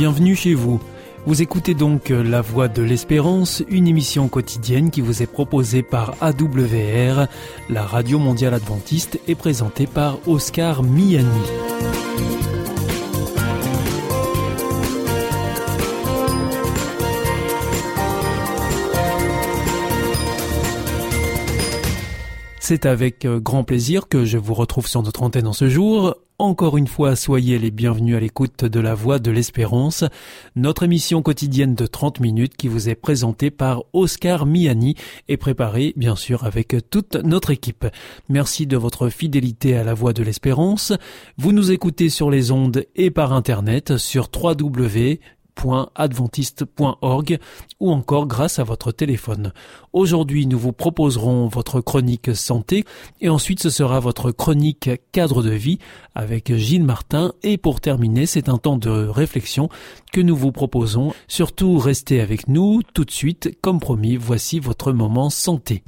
bienvenue chez vous. Vous écoutez donc La Voix de l'Espérance, une émission quotidienne qui vous est proposée par AWR, la radio mondiale adventiste, et présentée par Oscar Miani. C'est avec grand plaisir que je vous retrouve sur notre antenne en ce jour. Encore une fois, soyez les bienvenus à l'écoute de La Voix de l'Espérance, notre émission quotidienne de 30 minutes qui vous est présentée par Oscar Miani et préparée, bien sûr, avec toute notre équipe. Merci de votre fidélité à La Voix de l'Espérance. Vous nous écoutez sur les ondes et par Internet sur www.adventiste.org ou encore grâce à votre téléphone. Aujourd'hui, nous vous proposerons votre chronique santé et ensuite ce sera votre chronique cadre de vie avec Gilles Martin et pour terminer, c'est un temps de réflexion que nous vous proposons. Surtout, restez avec nous tout de suite. Comme promis, voici votre moment santé.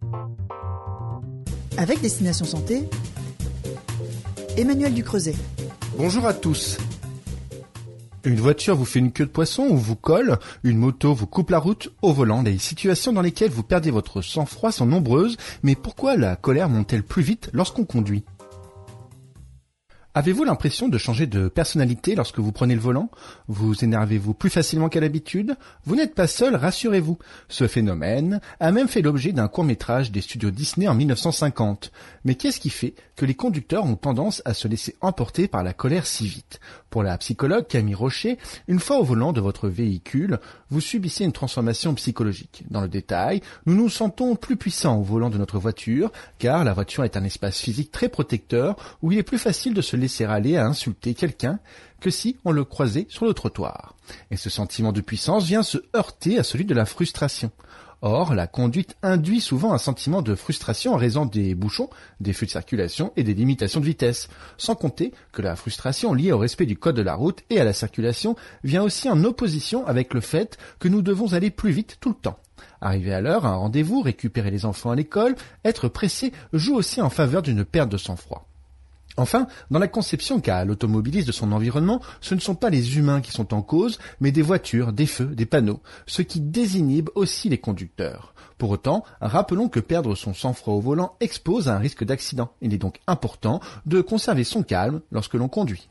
Avec Destination Santé, Emmanuel Ducreuset. Bonjour à tous. Une voiture vous fait une queue de poisson ou vous colle, une moto vous coupe la route au volant. Les situations dans lesquelles vous perdez votre sang-froid sont nombreuses, mais pourquoi la colère monte-t-elle plus vite lorsqu'on conduit ? Avez-vous l'impression de changer de personnalité lorsque vous prenez le volant ? Vous énervez-vous plus facilement qu'à l'habitude ? Vous n'êtes pas seul, rassurez-vous. Ce phénomène a même fait l'objet d'un court-métrage des studios Disney en 1950. Mais qu'est-ce qui fait que les conducteurs ont tendance à se laisser emporter par la colère si vite ? Pour la psychologue Camille Rocher, une fois au volant de votre véhicule, vous subissez une transformation psychologique. Dans le détail, nous nous sentons plus puissants au volant de notre voiture, car la voiture est un espace physique très protecteur où il est plus facile de se laisser aller à insulter quelqu'un que si on le croisait sur le trottoir. Et ce sentiment de puissance vient se heurter à celui de la frustration. Or, la conduite induit souvent un sentiment de frustration en raison des bouchons, des feux de circulation et des limitations de vitesse. Sans compter que la frustration liée au respect du code de la route et à la circulation vient aussi en opposition avec le fait que nous devons aller plus vite tout le temps. Arriver à l'heure à un rendez-vous, récupérer les enfants à l'école, être pressé joue aussi en faveur d'une perte de sang-froid. Enfin, dans la conception qu'a l'automobiliste de son environnement, ce ne sont pas les humains qui sont en cause, mais des voitures, des feux, des panneaux, ce qui désinhibe aussi les conducteurs. Pour autant, rappelons que perdre son sang-froid au volant expose à un risque d'accident. Il est donc important de conserver son calme lorsque l'on conduit.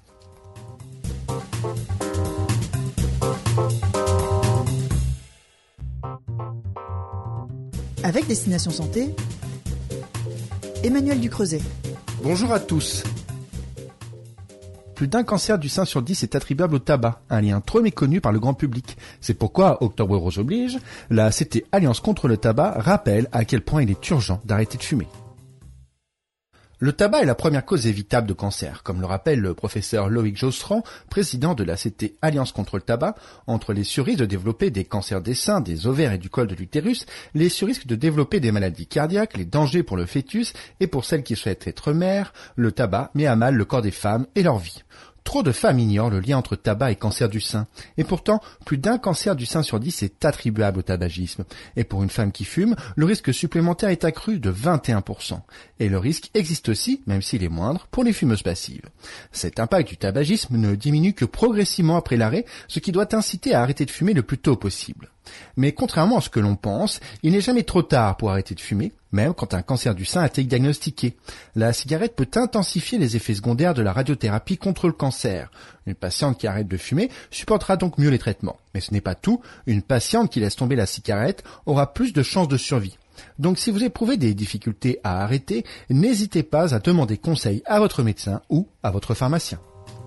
Avec Destination Santé, Emmanuel Ducreuset. Bonjour à tous. Plus d'un cancer du sein sur 10 est attribuable au tabac, un lien trop méconnu par le grand public. C'est pourquoi, Octobre Rose oblige, la CT Alliance contre le tabac rappelle à quel point il est urgent d'arrêter de fumer. Le tabac est la première cause évitable de cancer, comme le rappelle le professeur Loïc Josserand, président de la CT Alliance contre le tabac. Entre les surrisques de développer des cancers des seins, des ovaires et du col de l'utérus, les surrisques de développer des maladies cardiaques, les dangers pour le fœtus et pour celles qui souhaitent être mères, le tabac met à mal le corps des femmes et leur vie. Trop de femmes ignorent le lien entre tabac et cancer du sein. Et pourtant, plus d'un cancer du sein sur 10 est attribuable au tabagisme. Et pour une femme qui fume, le risque supplémentaire est accru de 21%. Et le risque existe aussi, même s'il est moindre, pour les fumeuses passives. Cet impact du tabagisme ne diminue que progressivement après l'arrêt, ce qui doit inciter à arrêter de fumer le plus tôt possible. Mais contrairement à ce que l'on pense, il n'est jamais trop tard pour arrêter de fumer, même quand un cancer du sein a été diagnostiqué. La cigarette peut intensifier les effets secondaires de la radiothérapie contre le cancer. Une patiente qui arrête de fumer supportera donc mieux les traitements. Mais ce n'est pas tout, une patiente qui laisse tomber la cigarette aura plus de chances de survie. Donc si vous éprouvez des difficultés à arrêter, n'hésitez pas à demander conseil à votre médecin ou à votre pharmacien.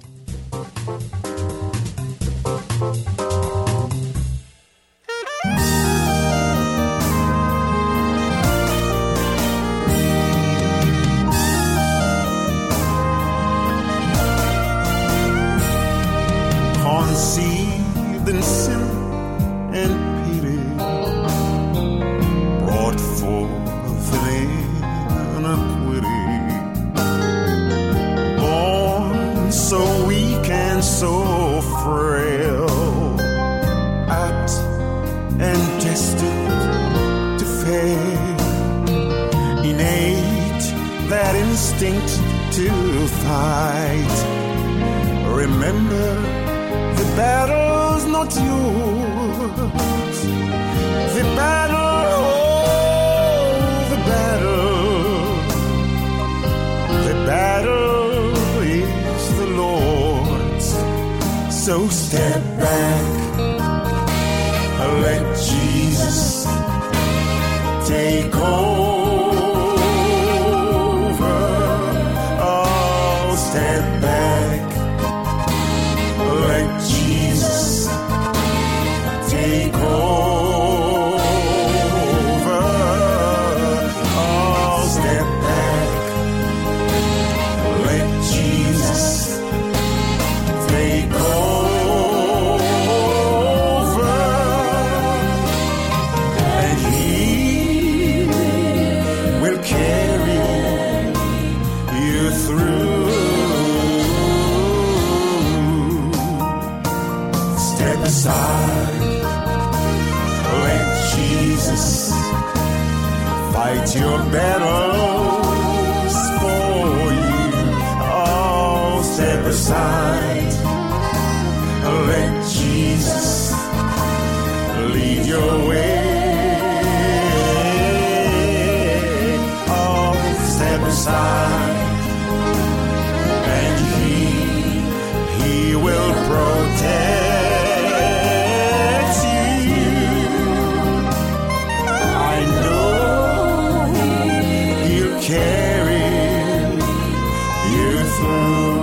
Conceived in sin and pity, brought forth in iniquity, born so weak and so frail, apt and destined to fail, innate that instinct to fight. Remember the battle's not yours. The battle, oh, the battle is the Lord's. So step back, let Jesus take over. Oh, step back, let Jesus take over. Oh, step back, let Jesus take over. And He will carry you through. Step aside, let Jesus fight your battles for you. Oh, step aside, let Jesus lead your way. Oh, step aside, and He will protect you. I know He'll carry you through.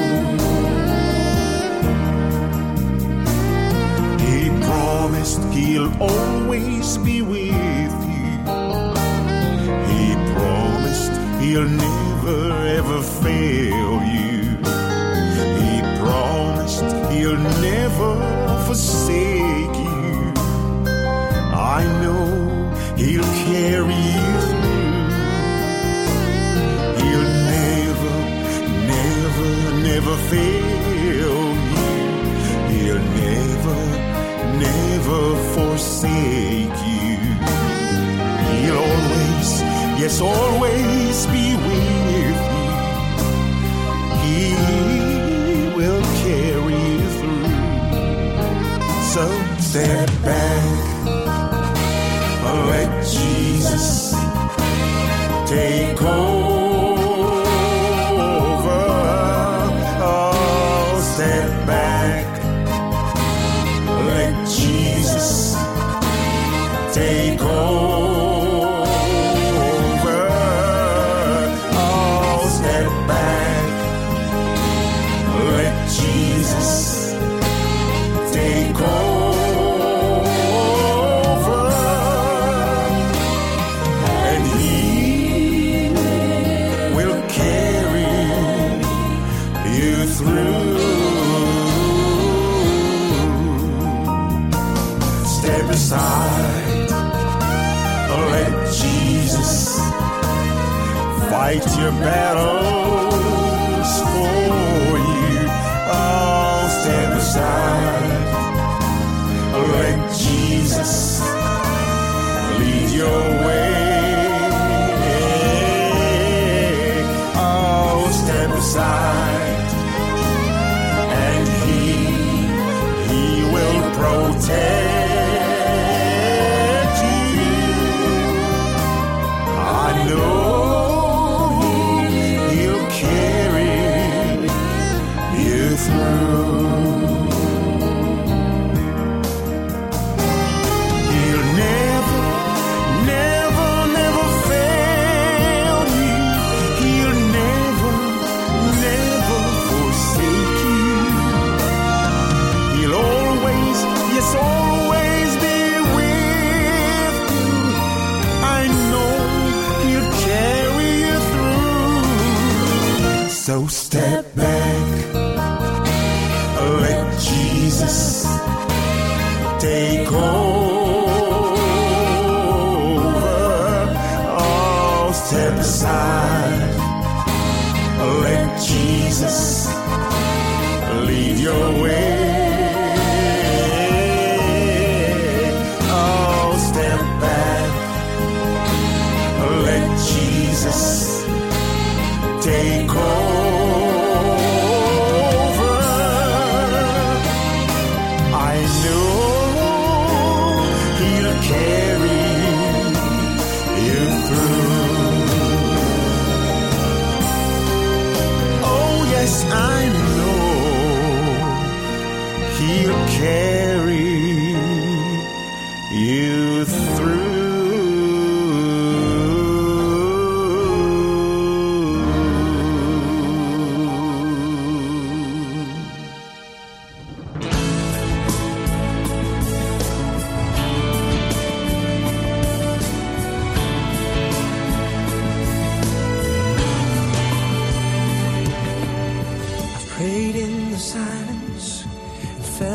He promised He'll always be with you. He promised He'll never ever fail you. He promised He'll never forsake you. I know He'll carry you through. He'll never, never, never fail you. He'll never, never forsake you. He'll always, yes, always be with you. He will carry you through. So step back, let Jesus take over. Oh, step back, let Jesus take over. Oh, step back, let Jesus take over, and He will carry you through. Step aside, let Jesus fight your battles for you. Oh, step aside, let Jesus lead your way. Oh, step aside, and He will protect you. I know He'll carry you through. He'll never, never, never fail you. He'll never, never forsake you. He'll always, yes, always be with you. I know He'll carry you through. So step back, let Jesus take over. Oh, step aside, let Jesus lead your way. Oh, step back, let Jesus take over.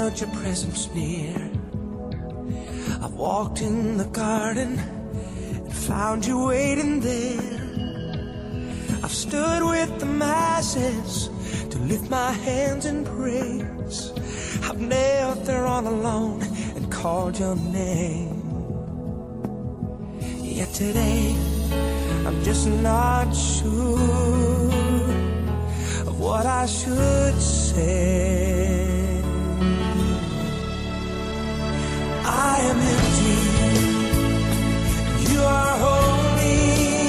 felt your presence near. I've walked in the garden and found you waiting there. I've stood with the masses to lift my hands in praise. I've knelt there all alone and called your name. Yet today, I'm just not sure of what I should say. I am empty, you are holy.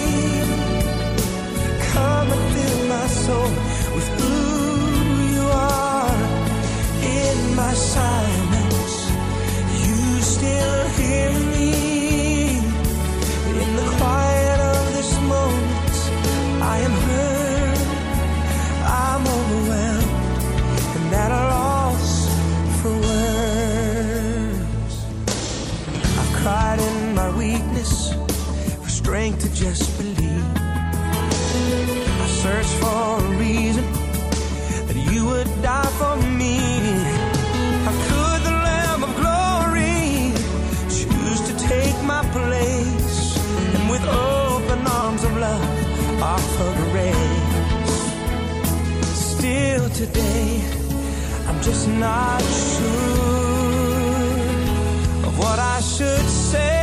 Come and fill my soul with who you are. In my silence, you still hear me. In the quiet of this moment, I am hurt, I'm overwhelmed, and at a loss for words. I've cried in my weakness for strength to just believe. I searched for a reason that you would die for me. How could the Lamb of Glory choose to take my place? With open arms of love, offer grace. Still today, I'm just not sure of what I should say.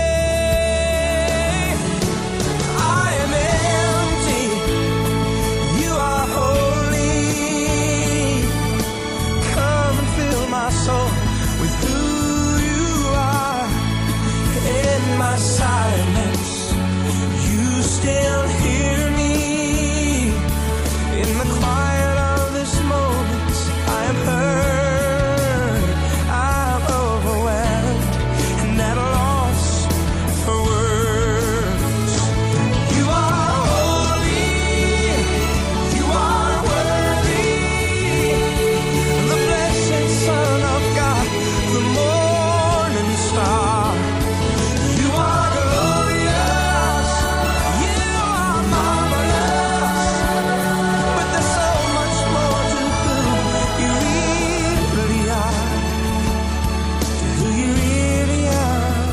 I am empty, you are holy. Come and fill my soul with who you are. In my silence, still hear me. In the quiet of this moment, I am hurt, I'm overwhelmed, and at a loss for words. You are holy, you are worthy, the blessed Son of God, the morning star. You are glorious, you are marvelous, but there's so much more to who you really are, to who you really are.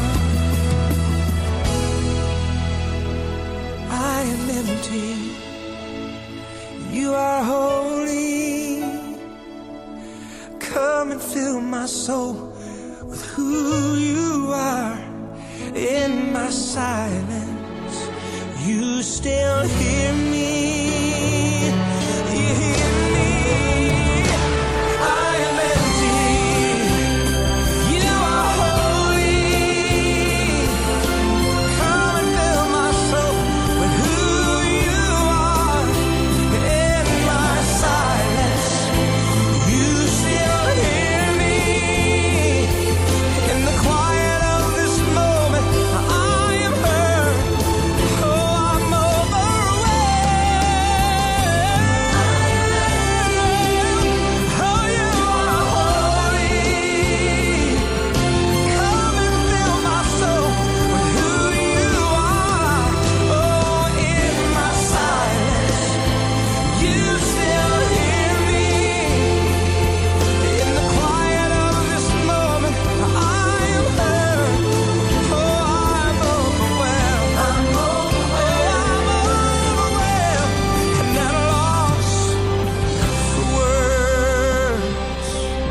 I am empty, you are holy. Come and fill my soul with who you are. In my silence, you still hear me. You hear me. I am empty. You are holy. Come and fill my soul with who you are. In my silence, you still hear me. In the quiet of this moment, I am hurt. Oh, I'm overwhelmed. Oh, you are holy. Come and fill my soul with who you are. Oh, in my silence, you still hear me. In the quiet of this moment, I am hurt. Oh, I'm overwhelmed. I'm overwhelmed, and at a loss for words.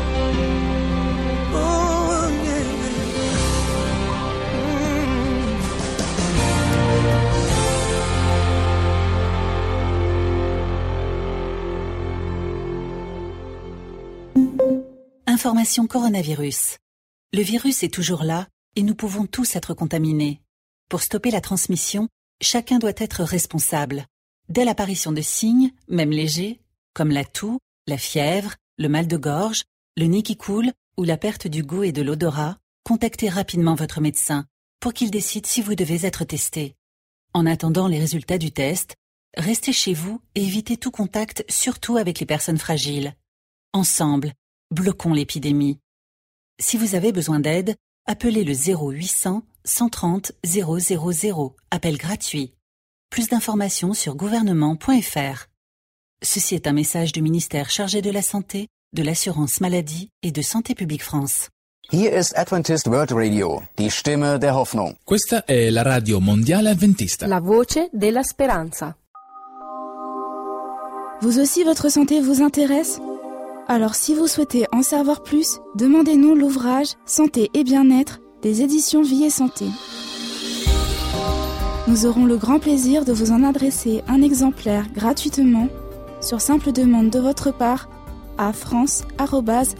Oh, yeah. Information coronavirus. Le virus est toujours là et nous pouvons tous être contaminés. Pour stopper la transmission, chacun doit être responsable. Dès l'apparition de signes, même légers, comme la toux, la fièvre, le mal de gorge, le nez qui coule ou la perte du goût et de l'odorat, contactez rapidement votre médecin pour qu'il décide si vous devez être testé. En attendant les résultats du test, restez chez vous et évitez tout contact, surtout avec les personnes fragiles. Ensemble, bloquons l'épidémie. Si vous avez besoin d'aide, appelez le 0800 130 000, appel gratuit. Plus d'informations sur gouvernement.fr. Ceci est un message du ministère chargé de la Santé de l'assurance maladie et de Santé publique France. Hier ist Adventist World Radio, die Stimme der Hoffnung. Questa è la radio mondiale adventista. La voce della speranza. Vous aussi, votre santé vous intéresse ? Alors si vous souhaitez en savoir plus, demandez-nous l'ouvrage Santé et bien-être des éditions Vie et Santé. Nous aurons le grand plaisir de vous en adresser un exemplaire gratuitement sur simple demande de votre part à france@awr.org.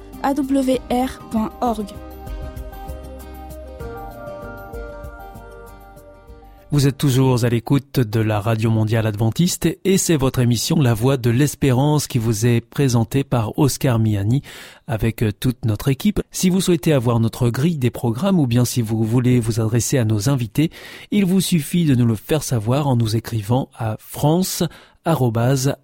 Vous êtes toujours à l'écoute de la Radio Mondiale Adventiste et c'est votre émission La Voix de l'Espérance qui vous est présentée par Oscar Miani avec toute notre équipe. Si vous souhaitez avoir notre grille des programmes ou bien si vous voulez vous adresser à nos invités, il vous suffit de nous le faire savoir en nous écrivant à france@awr.org.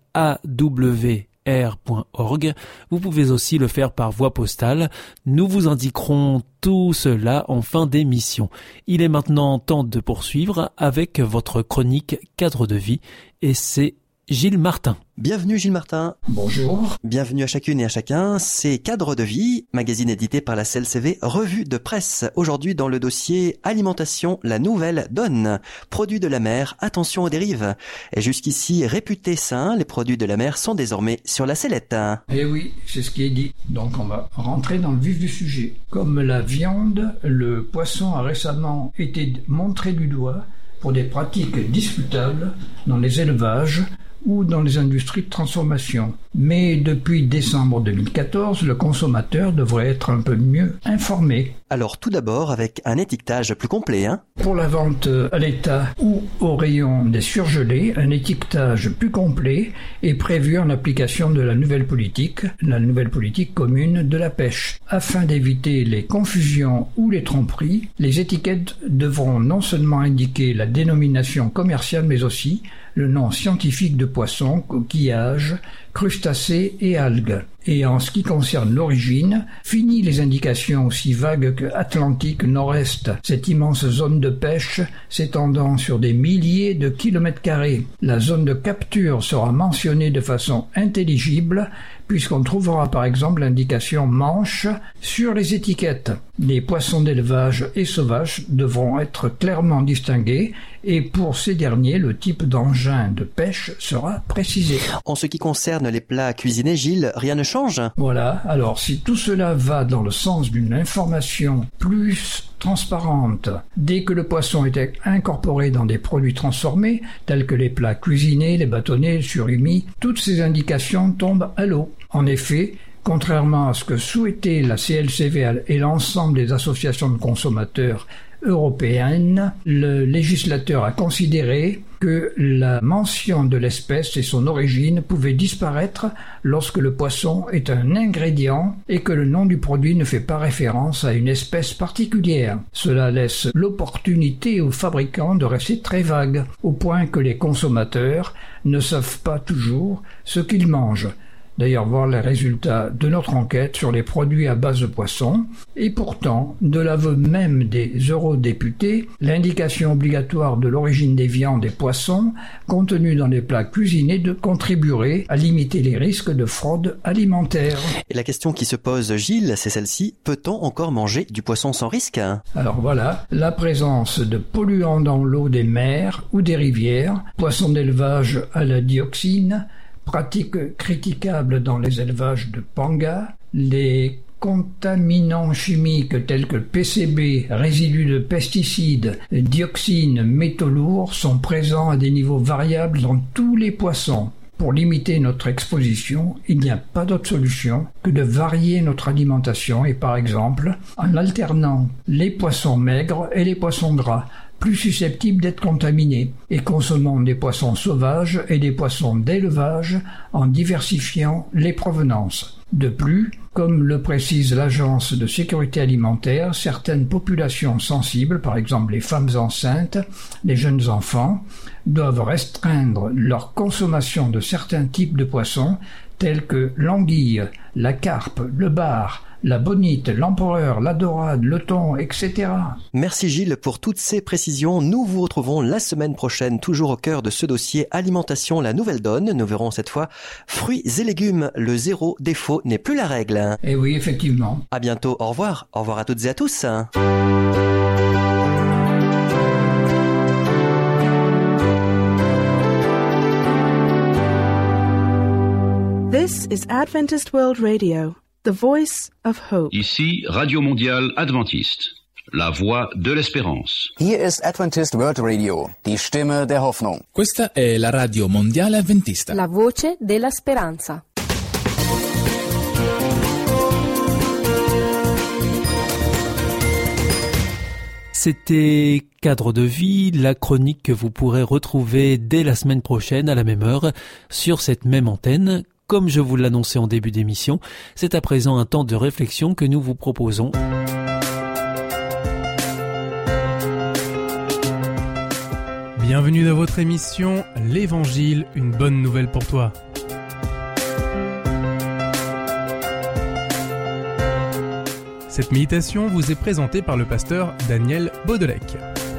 Vous pouvez aussi le faire par voie postale. Nous vous indiquerons tout cela en fin d'émission. Il est maintenant temps de poursuivre avec votre chronique Cadre de vie et c'est Gilles Martin. Bienvenue Gilles Martin. Bonjour. Bienvenue à chacune et à chacun. C'est Cadre de vie, magazine édité par la CLCV, revue de presse. Aujourd'hui dans le dossier Alimentation, la nouvelle donne. Produits de la mer, attention aux dérives. Et jusqu'ici réputés sains, les produits de la mer sont désormais sur la sellette. Eh oui, c'est ce qui est dit. Donc on va rentrer dans le vif du sujet. Comme la viande, le poisson a récemment été montré du doigt pour des pratiques discutables dans les élevages ou dans les industries de transformation. Mais depuis décembre 2014, le consommateur devrait être un peu mieux informé. Alors tout d'abord avec un étiquetage plus complet. Pour la vente à l'état ou au rayon des surgelés, un étiquetage plus complet est prévu en application de la nouvelle politique commune de la pêche. Afin d'éviter les confusions ou les tromperies, les étiquettes devront non seulement indiquer la dénomination commerciale mais aussi le nom scientifique de poisson, coquillages, crustacés et algues. Et en ce qui concerne l'origine, fini les indications aussi vagues que Atlantique Nord-Est, cette immense zone de pêche s'étendant sur des milliers de kilomètres carrés. La zone de capture sera mentionnée de façon intelligible puisqu'on trouvera par exemple l'indication manche sur les étiquettes. Les poissons d'élevage et sauvages devront être clairement distingués et pour ces derniers, le type d'engin de pêche sera précisé. En ce qui concerne les plats cuisinés, Gilles, rien ne change ? Voilà, alors si tout cela va dans le sens d'une information plus transparente, dès que le poisson est incorporé dans des produits transformés, tels que les plats cuisinés, les bâtonnets, le surimi, toutes ces indications tombent à l'eau. En effet, contrairement à ce que souhaitait la CLCV et l'ensemble des associations de consommateurs européenne, le législateur a considéré que la mention de l'espèce et son origine pouvait disparaître lorsque le poisson est un ingrédient et que le nom du produit ne fait pas référence à une espèce particulière. Cela laisse l'opportunité aux fabricants de rester très vagues, au point que les consommateurs ne savent pas toujours ce qu'ils mangent. D'ailleurs, voir les résultats de notre enquête sur les produits à base de poisson. Et pourtant, de l'aveu même des eurodéputés, l'indication obligatoire de l'origine des viandes et poissons contenus dans les plats cuisinés contribuerait à limiter les risques de fraude alimentaire. Et la question qui se pose, Gilles, c'est celle-ci. Peut-on encore manger du poisson sans risque ? Alors voilà, la présence de polluants dans l'eau des mers ou des rivières, poissons d'élevage à la dioxine, pratiques critiquables dans les élevages de panga, les contaminants chimiques tels que PCB, résidus de pesticides, dioxines, métaux lourds sont présents à des niveaux variables dans tous les poissons. Pour limiter notre exposition, il n'y a pas d'autre solution que de varier notre alimentation et par exemple en alternant les poissons maigres et les poissons gras, plus susceptibles d'être contaminés, et consommons des poissons sauvages et des poissons d'élevage en diversifiant les provenances. De plus, comme le précise l'Agence de sécurité alimentaire, certaines populations sensibles, par exemple les femmes enceintes, les jeunes enfants, doivent restreindre leur consommation de certains types de poissons tels que l'anguille, la carpe, le bar, la bonite, l'empereur, la dorade, le thon, etc. Merci Gilles pour toutes ces précisions. Nous vous retrouvons la semaine prochaine, toujours au cœur de ce dossier alimentation, la nouvelle donne. Nous verrons cette fois fruits et légumes. Le zéro défaut n'est plus la règle. Eh oui, effectivement. À bientôt, au revoir. Au revoir à toutes et à tous. This is Adventist World Radio, the voice of hope. Ici, Radio Mondiale Adventiste, la voix de l'espérance. Hier ist Adventist World Radio, die Stimme der Hoffnung. Questa è la Radio Mondiale Adventista, La voce della speranza. C'était Cadre de vie, la chronique que vous pourrez retrouver dès la semaine prochaine à la même heure sur cette même antenne. Comme je vous l'annonçais en début d'émission, c'est à présent un temps de réflexion que nous vous proposons. Bienvenue dans votre émission L'Évangile, une bonne nouvelle pour toi. Cette méditation vous est présentée par le pasteur Daniel Baudelec.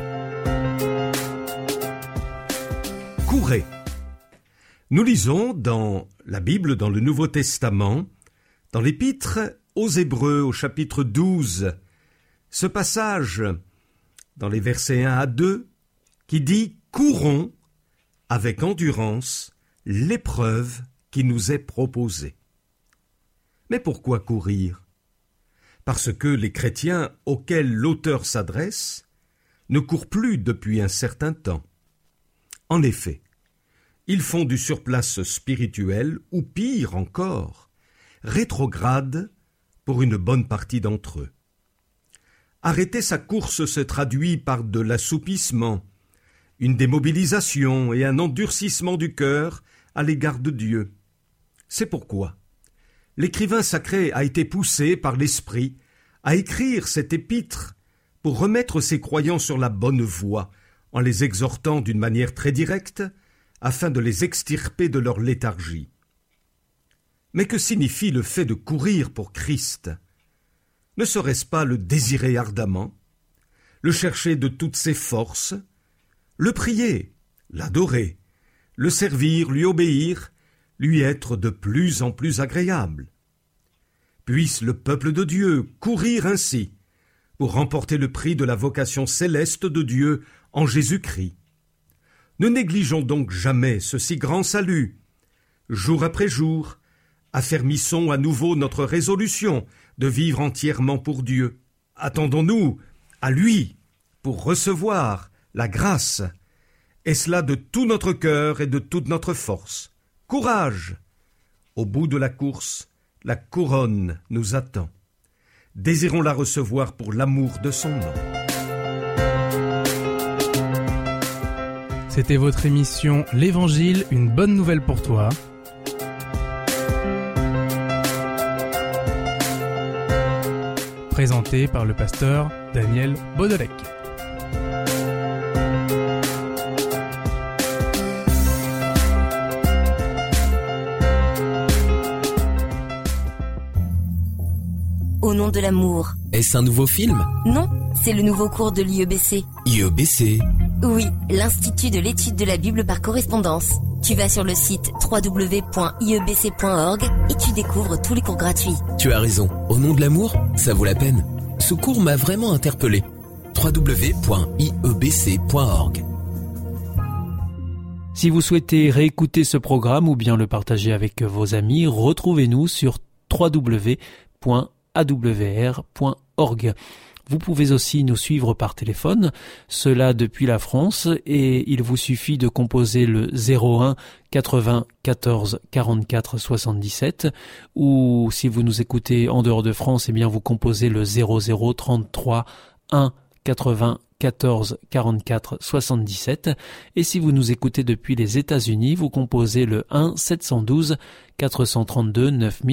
Courez. Nous lisons dans la Bible, dans le Nouveau Testament, dans l'Épître aux Hébreux, au chapitre 12, ce passage, dans les versets 1 à 2, qui dit « Courons avec endurance l'épreuve qui nous est proposée ». Mais pourquoi courir ? Parce que les chrétiens auxquels l'auteur s'adresse ne courent plus depuis un certain temps. En effet, ils font du surplace spirituel, ou pire encore, rétrograde pour une bonne partie d'entre eux. Arrêter sa course se traduit par de l'assoupissement, une démobilisation et un endurcissement du cœur à l'égard de Dieu. C'est pourquoi l'écrivain sacré a été poussé par l'Esprit à écrire cette épître pour remettre ses croyants sur la bonne voie, en les exhortant d'une manière très directe, afin de les extirper de leur léthargie. Mais que signifie le fait de courir pour Christ ? Ne serait-ce pas le désirer ardemment, le chercher de toutes ses forces, le prier, l'adorer, le servir, lui obéir, lui être de plus en plus agréable ? Puisse le peuple de Dieu courir ainsi pour remporter le prix de la vocation céleste de Dieu en Jésus-Christ. Ne négligeons donc jamais ce si grand salut. Jour après jour, affermissons à nouveau notre résolution de vivre entièrement pour Dieu. Attendons-nous à lui pour recevoir la grâce, et cela de tout notre cœur et de toute notre force. Courage! Au bout de la course, la couronne nous attend. Désirons la recevoir pour l'amour de son nom. C'était votre émission L'Évangile, une bonne nouvelle pour toi. Présentée par le pasteur Daniel Baudelec. Au nom de l'amour. Est-ce un nouveau film ? Non, c'est le nouveau cours de l'IEBC. IEBC ? Oui, l'Institut de l'étude de la Bible par correspondance. Tu vas sur le site www.iebc.org et tu découvres tous les cours gratuits. Tu as raison, au nom de l'amour, ça vaut la peine. Ce cours m'a vraiment interpellé. www.iebc.org. Si vous souhaitez réécouter ce programme ou bien le partager avec vos amis, retrouvez-nous sur www.awr.org. Vous pouvez aussi nous suivre par téléphone, cela depuis la France, et il vous suffit de composer le 01 80 14 44 77, ou si vous nous écoutez en dehors de France, eh bien vous composez le 00 33 1 80 14 44 77, et si vous nous écoutez depuis les États-Unis, vous composez le 1 712 432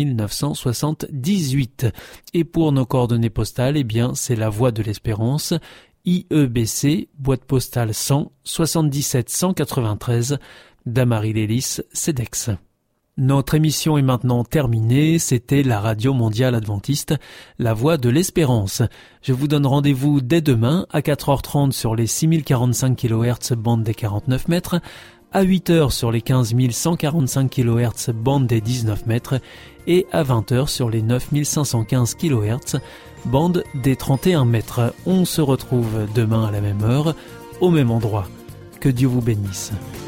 9978. Et pour nos coordonnées postales, eh bien c'est la Voix de l'Espérance, IEBC, boîte postale 100 77 193, Damary-Lélis, CEDEX. Notre émission est maintenant terminée. C'était la Radio Mondiale Adventiste, la voix de l'espérance. Je vous donne rendez-vous dès demain à 4h30 sur les 6045 kHz bande des 49 mètres, à 8h sur les 15145 kHz bande des 19 mètres et à 20h sur les 9515 kHz bande des 31 mètres. On se retrouve demain à la même heure, au même endroit. Que Dieu vous bénisse.